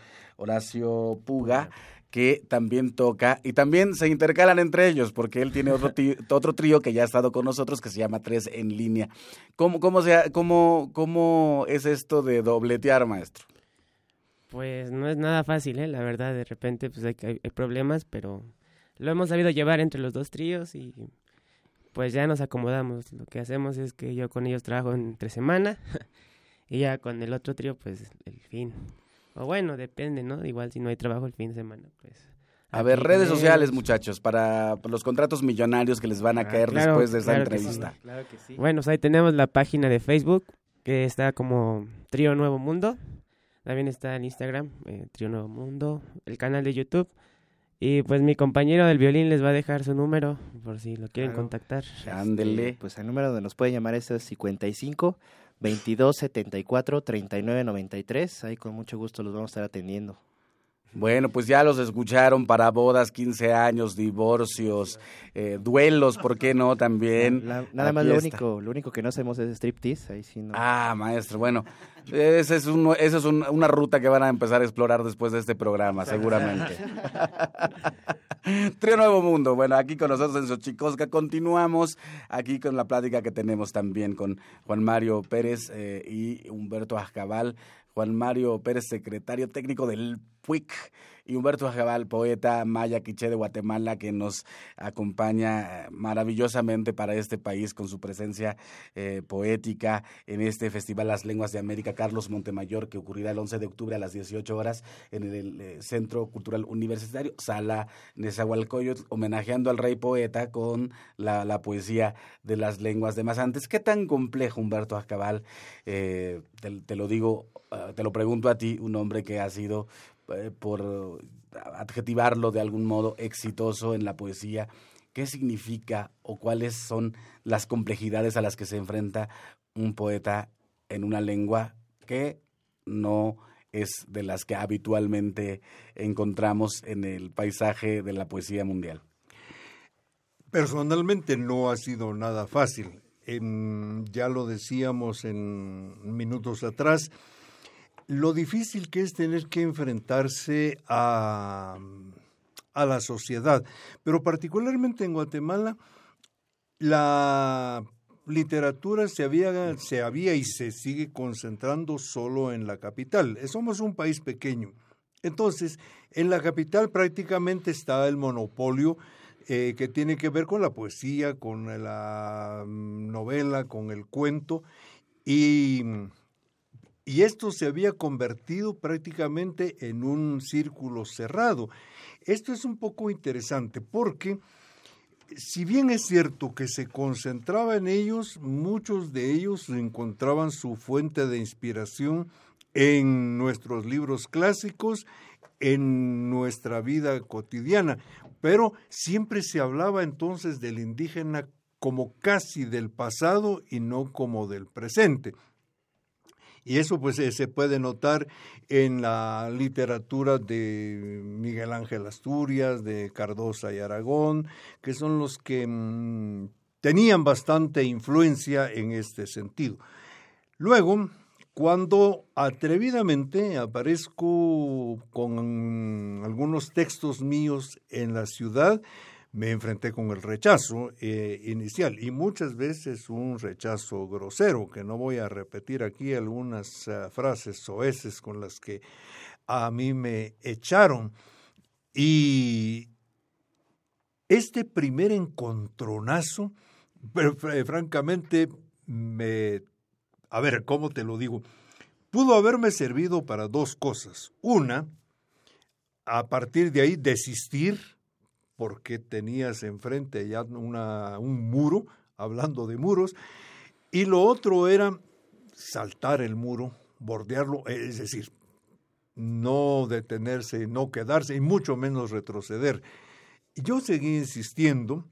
Puga, que también toca, y también se intercalan entre ellos, porque él tiene otro trío que ya ha estado con nosotros, que se llama Tres en Línea. ¿Cómo es esto de dobletear, maestro? Pues no es nada fácil, la verdad, de repente pues hay problemas, pero lo hemos sabido llevar entre los dos tríos y pues ya nos acomodamos. Lo que hacemos es que yo con ellos trabajo entre semana y ya con el otro trío pues el fin. O bueno, depende, ¿no? Igual si no hay trabajo el fin de semana, pues A ver, redes sociales, muchachos, para los contratos millonarios que les van a caer después de esta entrevista. Claro que sí. Bueno, pues ahí tenemos la página de Facebook, que está como Trío Nuevo Mundo. También está en Instagram, Trío Nuevo Mundo, el canal de YouTube. Y pues mi compañero del violín les va a dejar su número, por si lo quieren contactar. Ándele. Pues el número donde nos pueden llamar es 55 22 74 39 93. Ahí con mucho gusto los vamos a estar atendiendo. Bueno, pues ya los escucharon para bodas, 15 años, divorcios, duelos, ¿por qué no también? Nada más lo único que no hacemos es striptease, ahí sí no. Ah, maestro, bueno, esa es una ruta que van a empezar a explorar después de este programa, seguramente. Trío Nuevo Mundo, bueno, aquí con nosotros en Xochicosca, continuamos aquí con la plática que tenemos también con Juan Mario Pérez y Humberto Ascabal. Juan Mario Pérez, secretario técnico del PUIC, y Humberto Ascabal, poeta maya quiché de Guatemala, que nos acompaña maravillosamente para este país con su presencia poética en este Festival Las Lenguas de América Carlos Montemayor, que ocurrirá el 11 de octubre a las 18 horas en el Centro Cultural Universitario, Sala Nezahualcóyotl, homenajeando al rey poeta con la poesía de las lenguas de más antes. ¿Qué tan complejo, Humberto Ascabal? Te lo digo, te lo pregunto a ti, un hombre que ha sido, por adjetivarlo de algún modo, exitoso en la poesía. ¿Qué significa o cuáles son las complejidades a las que se enfrenta un poeta en una lengua que no es de las que habitualmente encontramos en el paisaje de la poesía mundial? Personalmente no ha sido nada fácil. Ya lo decíamos en minutos atrás, lo difícil que es tener que enfrentarse a la sociedad, pero particularmente en Guatemala la literatura se había y se sigue concentrando solo en la capital. Somos un país pequeño, entonces en la capital prácticamente está el monopolio que tiene que ver con la poesía, con la novela, con el cuento, y esto se había convertido prácticamente en un círculo cerrado. Esto es un poco interesante porque, si bien es cierto que se concentraba en ellos, muchos de ellos encontraban su fuente de inspiración en nuestros libros clásicos, en nuestra vida cotidiana, pero siempre se hablaba entonces del indígena como casi del pasado y no como del presente. Y eso pues se puede notar en la literatura de Miguel Ángel Asturias, de Cardosa y Aragón, que son los que tenían bastante influencia en este sentido. Luego, cuando atrevidamente aparezco con algunos textos míos en la ciudad, me enfrenté con el rechazo inicial, y muchas veces un rechazo grosero, que no voy a repetir aquí algunas frases soeces con las que a mí me echaron. Y este primer encontronazo, francamente, a ver, ¿cómo te lo digo? Pudo haberme servido para dos cosas. Una, a partir de ahí desistir, porque tenías enfrente ya un muro, hablando de muros, y lo otro era saltar el muro, bordearlo, es decir, no detenerse, no quedarse, y mucho menos retroceder. Yo seguí insistiendo,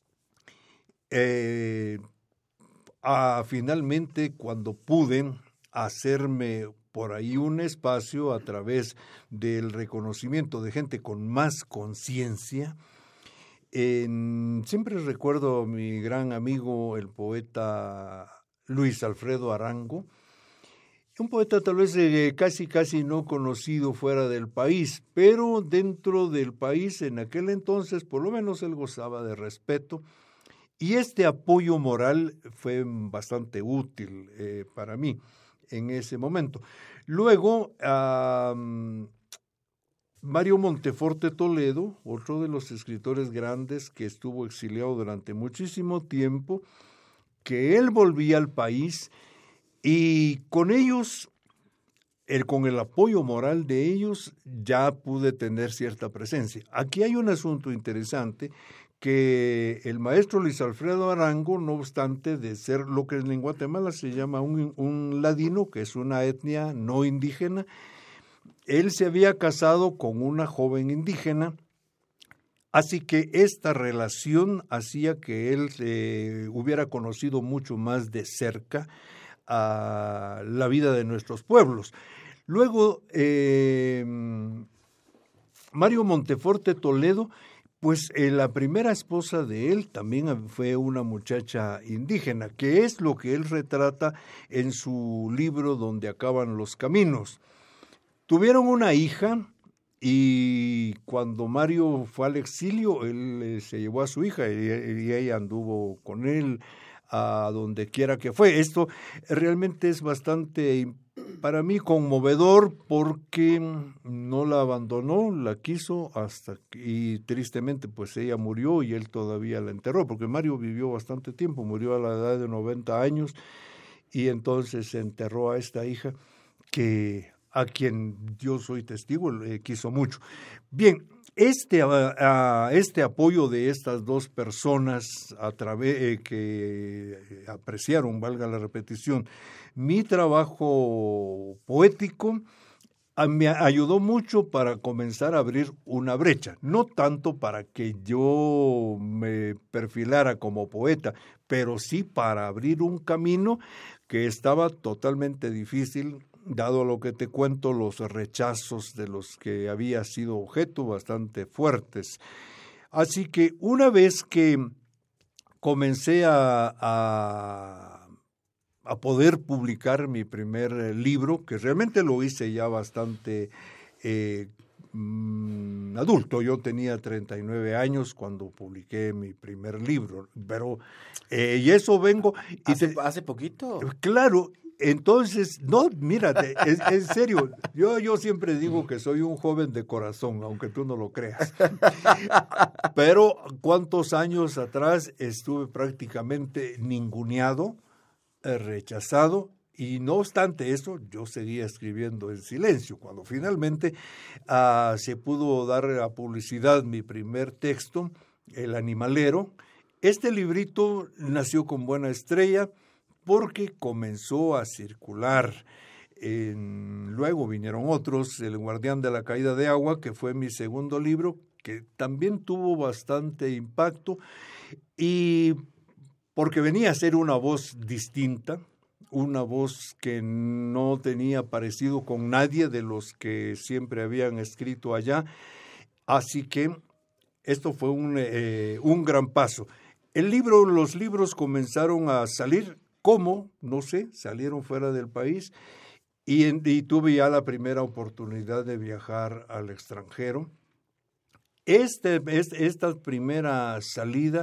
finalmente cuando pude hacerme por ahí un espacio a través del reconocimiento de gente con más conciencia. Siempre recuerdo a mi gran amigo, el poeta Luis Alfredo Arango, un poeta tal vez casi no conocido fuera del país, pero dentro del país en aquel entonces por lo menos él gozaba de respeto, y este apoyo moral fue bastante útil para mí en ese momento. Luego, Mario Monteforte Toledo, otro de los escritores grandes que estuvo exiliado durante muchísimo tiempo, que él volvía al país, y con ellos con el apoyo moral de ellos ya pude tener cierta presencia. Aquí hay un asunto interesante, que el maestro Luis Alfredo Arango, no obstante de ser lo que en Guatemala se llama un ladino, que es una etnia no indígena, él se había casado con una joven indígena, así que esta relación hacía que él hubiera conocido mucho más de cerca a la vida de nuestros pueblos. Luego, Mario Monteforte Toledo, pues la primera esposa de él también fue una muchacha indígena, que es lo que él retrata en su libro Donde acaban los caminos. Tuvieron una hija y cuando Mario fue al exilio, él se llevó a su hija y ella anduvo con él a donde quiera que fue. Esto realmente es bastante, para mí, conmovedor, porque no la abandonó, la quiso y tristemente pues ella murió y él todavía la enterró, porque Mario vivió bastante tiempo, murió a la edad de 90 años y entonces se enterró a esta hija a quien yo soy testigo, le quiso mucho. Bien, este apoyo de estas dos personas que apreciaron, valga la repetición, mi trabajo poético, me ayudó mucho para comenzar a abrir una brecha, no tanto para que yo me perfilara como poeta, pero sí para abrir un camino que estaba totalmente difícil, dado lo que te cuento, los rechazos de los que había sido objeto bastante fuertes. Así que una vez que comencé a poder publicar mi primer libro, que realmente lo hice ya bastante adulto, yo tenía 39 años cuando publiqué mi primer libro, pero y eso vengo... ¿Hace poquito? Claro. Entonces, no, mírate, en serio, yo siempre digo que soy un joven de corazón, aunque tú no lo creas. Pero, ¿cuántos años atrás estuve prácticamente ninguneado, rechazado? Y no obstante eso, yo seguía escribiendo en silencio. Cuando finalmente se pudo dar a publicidad mi primer texto, El Animalero, este librito nació con buena estrella, porque comenzó a circular. Luego vinieron otros, El Guardián de la Caída de Agua, que fue mi segundo libro, que también tuvo bastante impacto, y porque venía a ser una voz distinta, una voz que no tenía parecido con nadie de los que siempre habían escrito allá, así que esto fue un gran paso. Los libros comenzaron a salir. ¿Cómo? No sé, salieron fuera del país y tuve ya la primera oportunidad de viajar al extranjero. Esta primera salida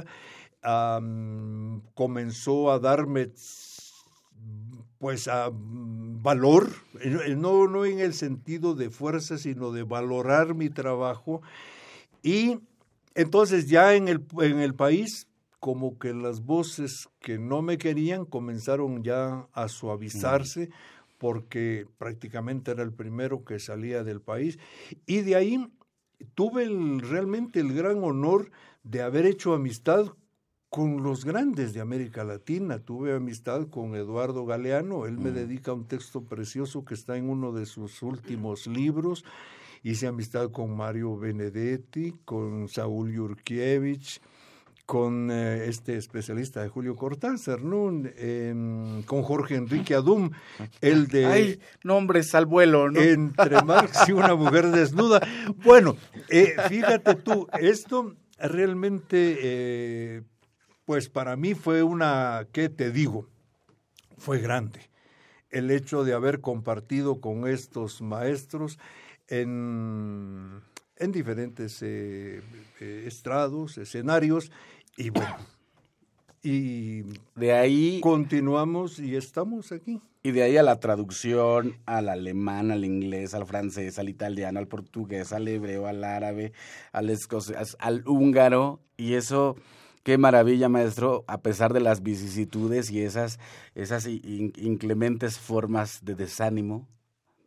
comenzó a darme pues valor, no en el sentido de fuerza, sino de valorar mi trabajo, y entonces ya en el país como que las voces que no me querían comenzaron ya a suavizarse, porque prácticamente era el primero que salía del país, y de ahí tuve realmente el gran honor de haber hecho amistad con los grandes de América Latina. Tuve amistad con Eduardo Galeano, él me dedica un texto precioso que está en uno de sus últimos libros. Hice amistad con Mario Benedetti, con Saúl Yurkiewicz, con este especialista de Julio Cortázar, ¿no? Con Jorge Enrique Adum, el de... ¡Ay, nombres al vuelo!, ¿no? Entre Marx y una mujer desnuda. Bueno, fíjate tú, esto realmente, pues para mí fue ¿qué te digo? Fue grande. El hecho de haber compartido con estos maestros en diferentes estrados, escenarios, y bueno, y de ahí continuamos y estamos aquí. Y de ahí a la traducción al alemán, al inglés, al francés, al italiano, al portugués, al hebreo, al árabe, al escocés, al húngaro, y eso, qué maravilla, maestro, a pesar de las vicisitudes y esas inclementes formas de desánimo,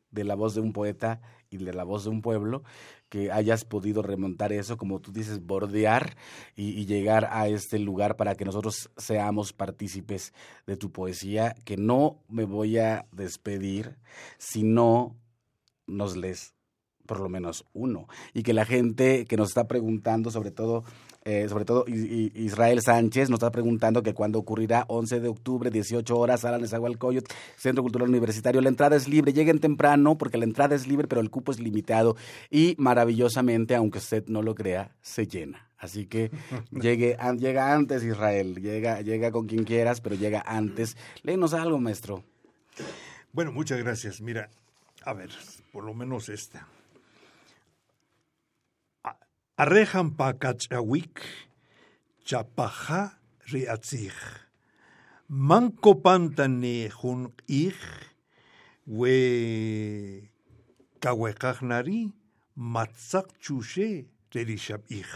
de la voz de un poeta y de la voz de un pueblo, que hayas podido remontar eso, como tú dices, bordear y llegar a este lugar para que nosotros seamos partícipes de tu poesía, que no me voy a despedir si no nos lees por lo menos uno, y que la gente que nos está preguntando, sobre todo Israel Sánchez, nos está preguntando que cuándo ocurrirá. 11 de octubre, 18 horas, Sala Nezahualcóyotl, Centro Cultural Universitario. La entrada es libre, lleguen temprano porque la entrada es libre, pero el cupo es limitado y maravillosamente, aunque usted no lo crea, se llena. Así que llega antes, Israel, llega con quien quieras, pero llega antes. Léenos algo, maestro. Bueno, muchas gracias. Mira, a ver, por lo menos esta. Arrejan pakachawik, chapaja riatzich, manco pantane jun ich, we kawekajnari, matzak chushe rerishab ich.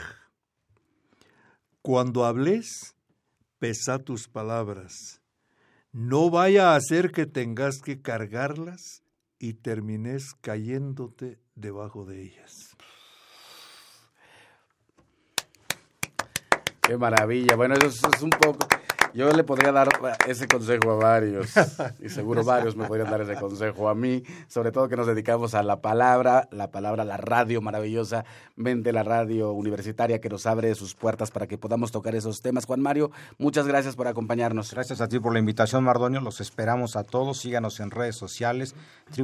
Cuando hables, pesa tus palabras. No vaya a hacer que tengas que cargarlas y termines cayéndote debajo de ellas. Qué maravilla. Bueno, eso es un poco... Yo le podría dar ese consejo a varios, y seguro varios me podrían dar ese consejo a mí, sobre todo que nos dedicamos a la palabra, la radio maravillosamente, la radio universitaria que nos abre sus puertas para que podamos tocar esos temas. Juan Mario, muchas gracias por acompañarnos. Gracias a ti por la invitación, Mardonio. Los esperamos a todos. Síganos en redes sociales,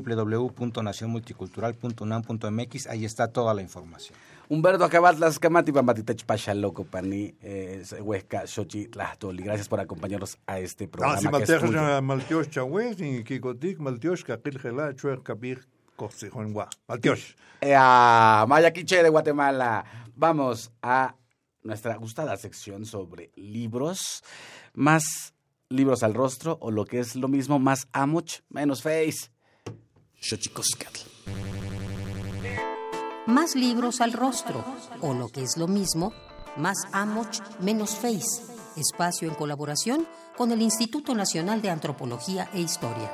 www.nacionmulticultural.unam.mx. Ahí está toda la información. Humberto Acabatlas, Camati, Pamatitech Pachaloco, Pani, Huesca, Xochi, Tlahtoli. Gracias por acompañarnos a este programa. Si Malteja, Maltiosh, Chawes, y Kikotik, Maltiosh, Kakilgela, Chuer, Kabir, Corsejonwa. Maltiosh. Mayaquiche de Guatemala. Vamos a nuestra gustada sección sobre libros. Más libros al rostro, o lo que es lo mismo, más amoch, menos face. Xochicoscatl. Más libros al rostro, o lo que es lo mismo, más amoch, menos face. Espacio en colaboración con el Instituto Nacional de Antropología e Historia.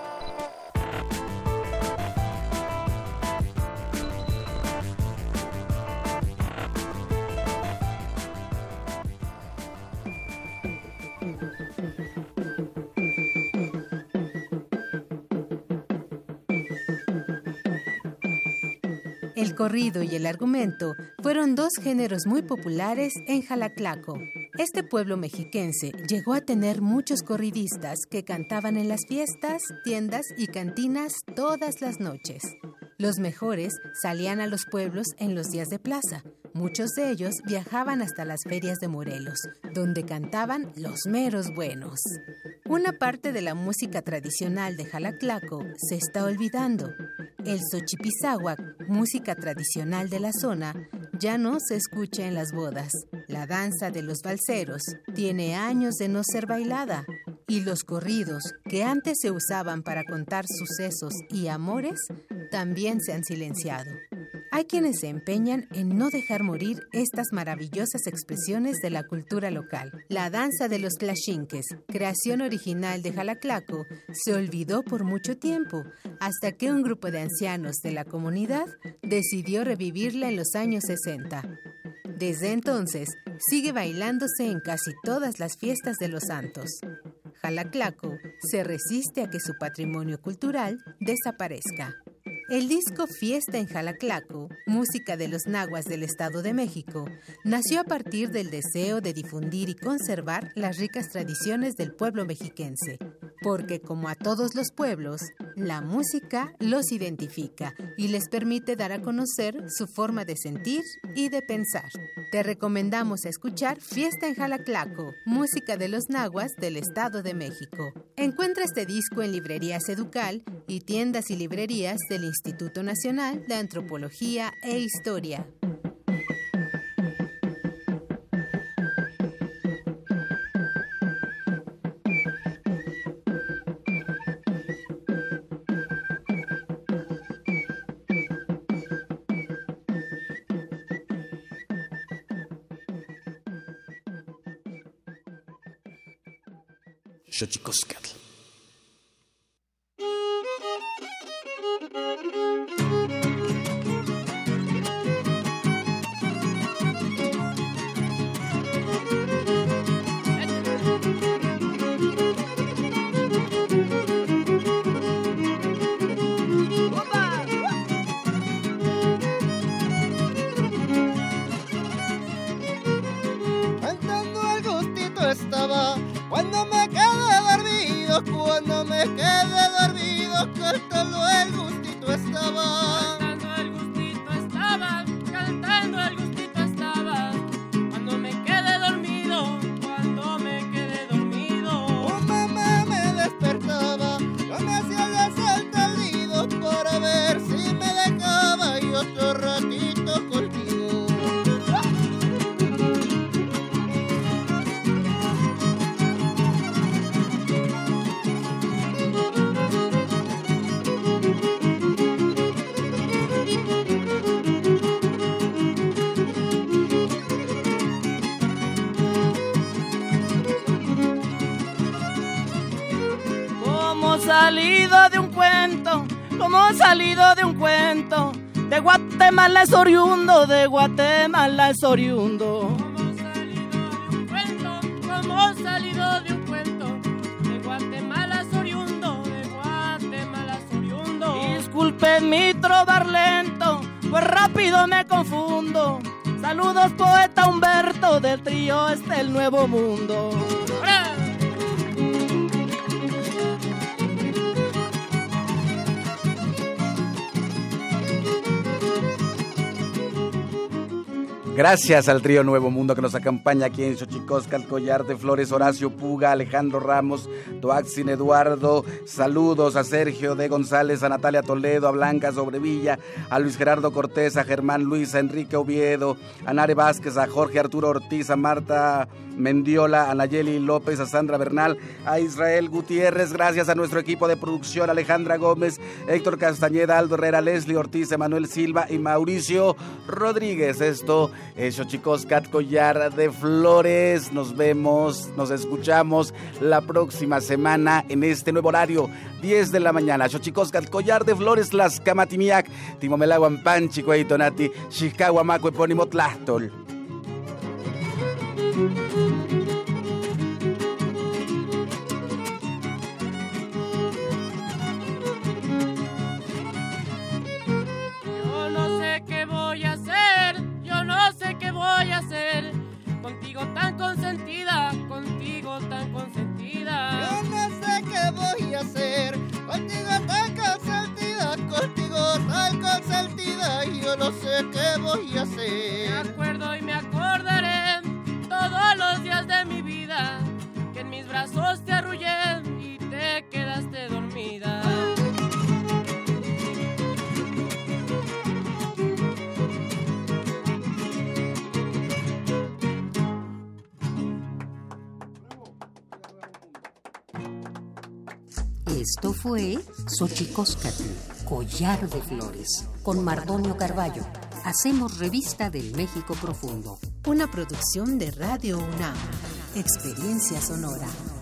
El corrido y el argumento fueron dos géneros muy populares en Jalaclaco. Este pueblo mexiquense llegó a tener muchos corridistas que cantaban en las fiestas, tiendas y cantinas todas las noches. Los mejores salían a los pueblos en los días de plaza. Muchos de ellos viajaban hasta las ferias de Morelos, donde cantaban los meros buenos. Una parte de la música tradicional de Jalaclaco se está olvidando. El xochipizáhuac, música tradicional de la zona, ya no se escucha en las bodas. La danza de los balseros tiene años de no ser bailada. Y los corridos, que antes se usaban para contar sucesos y amores, también se han silenciado. Hay quienes se empeñan en no dejar morir estas maravillosas expresiones de la cultura local. La danza de los tlaxinques, creación original de Jalaclaco, se olvidó por mucho tiempo, hasta que un grupo de ancianos de la comunidad decidió revivirla en los años 60. Desde entonces, sigue bailándose en casi todas las fiestas de los santos. Jalaclaco se resiste a que su patrimonio cultural desaparezca. El disco Fiesta en Jalaclaco, música de los nahuas del Estado de México, nació a partir del deseo de difundir y conservar las ricas tradiciones del pueblo mexiquense, porque como a todos los pueblos, la música los identifica y les permite dar a conocer su forma de sentir y de pensar. Te recomendamos escuchar Fiesta en Jalaclaco, música de los nahuas del Estado de México. Encuentra este disco en librerías Educal y tiendas y librerías del Instituto Nacional de Antropología e Historia. Xochicoscatl. estaba. Cuando me quedé dormido, cantando el gustito estaba. Cantando el gustito estaba. Cuando me quedé dormido. Un mamá me despertaba, yo me hacía el desaltalido para ver si me dejaba y otro ratito contigo. Como salido de un cuento, de Guatemala es oriundo, de Guatemala es oriundo. Como salido de un cuento, de Guatemala es oriundo, de Guatemala es oriundo. Disculpen mi trobar lento, pues rápido me confundo. Saludos poeta Humberto, del trío el Nuevo Mundo. Gracias al trío Nuevo Mundo que nos acompaña aquí en Xochicóscatl, Collar de Flores, Horacio Puga, Alejandro Ramos, Toaxin Eduardo. Saludos a Sergio de González, a Natalia Toledo, a Blanca Sobrevilla, a Luis Gerardo Cortés, a Germán Luis, a Enrique Oviedo, a Nare Vázquez, a Jorge Arturo Ortiz, a Marta Mendiola, a Nayeli López, a Sandra Bernal, a Israel Gutiérrez. Gracias a nuestro equipo de producción, Alejandra Gómez, Héctor Castañeda, Aldo Herrera, Leslie Ortiz, Emanuel Silva y Mauricio Rodríguez. Esto es Xochicóscatl, Collar de Flores. Nos vemos, nos escuchamos la próxima semana en este nuevo horario, 10 de la mañana. Xochicóscatl, Collar de Flores, Tlaxcamatimiac, Timomelaguan Panchi, Cueitonati, Xixcahuamaco, Epónimo Tlachtol. Contigo tan consentida, contigo tan consentida. Yo no sé qué voy a hacer, contigo tan consentida, contigo tan consentida. Yo no sé qué voy a hacer. Me acuerdo y me acordaré todos los días de mi vida, que en mis brazos te arrullé y te quedaste dormida. Esto fue Xochicóscatl, Collar de Flores, con Mardonio Carballo. Hacemos revista del México profundo. Una producción de Radio UNAM. Experiencia sonora.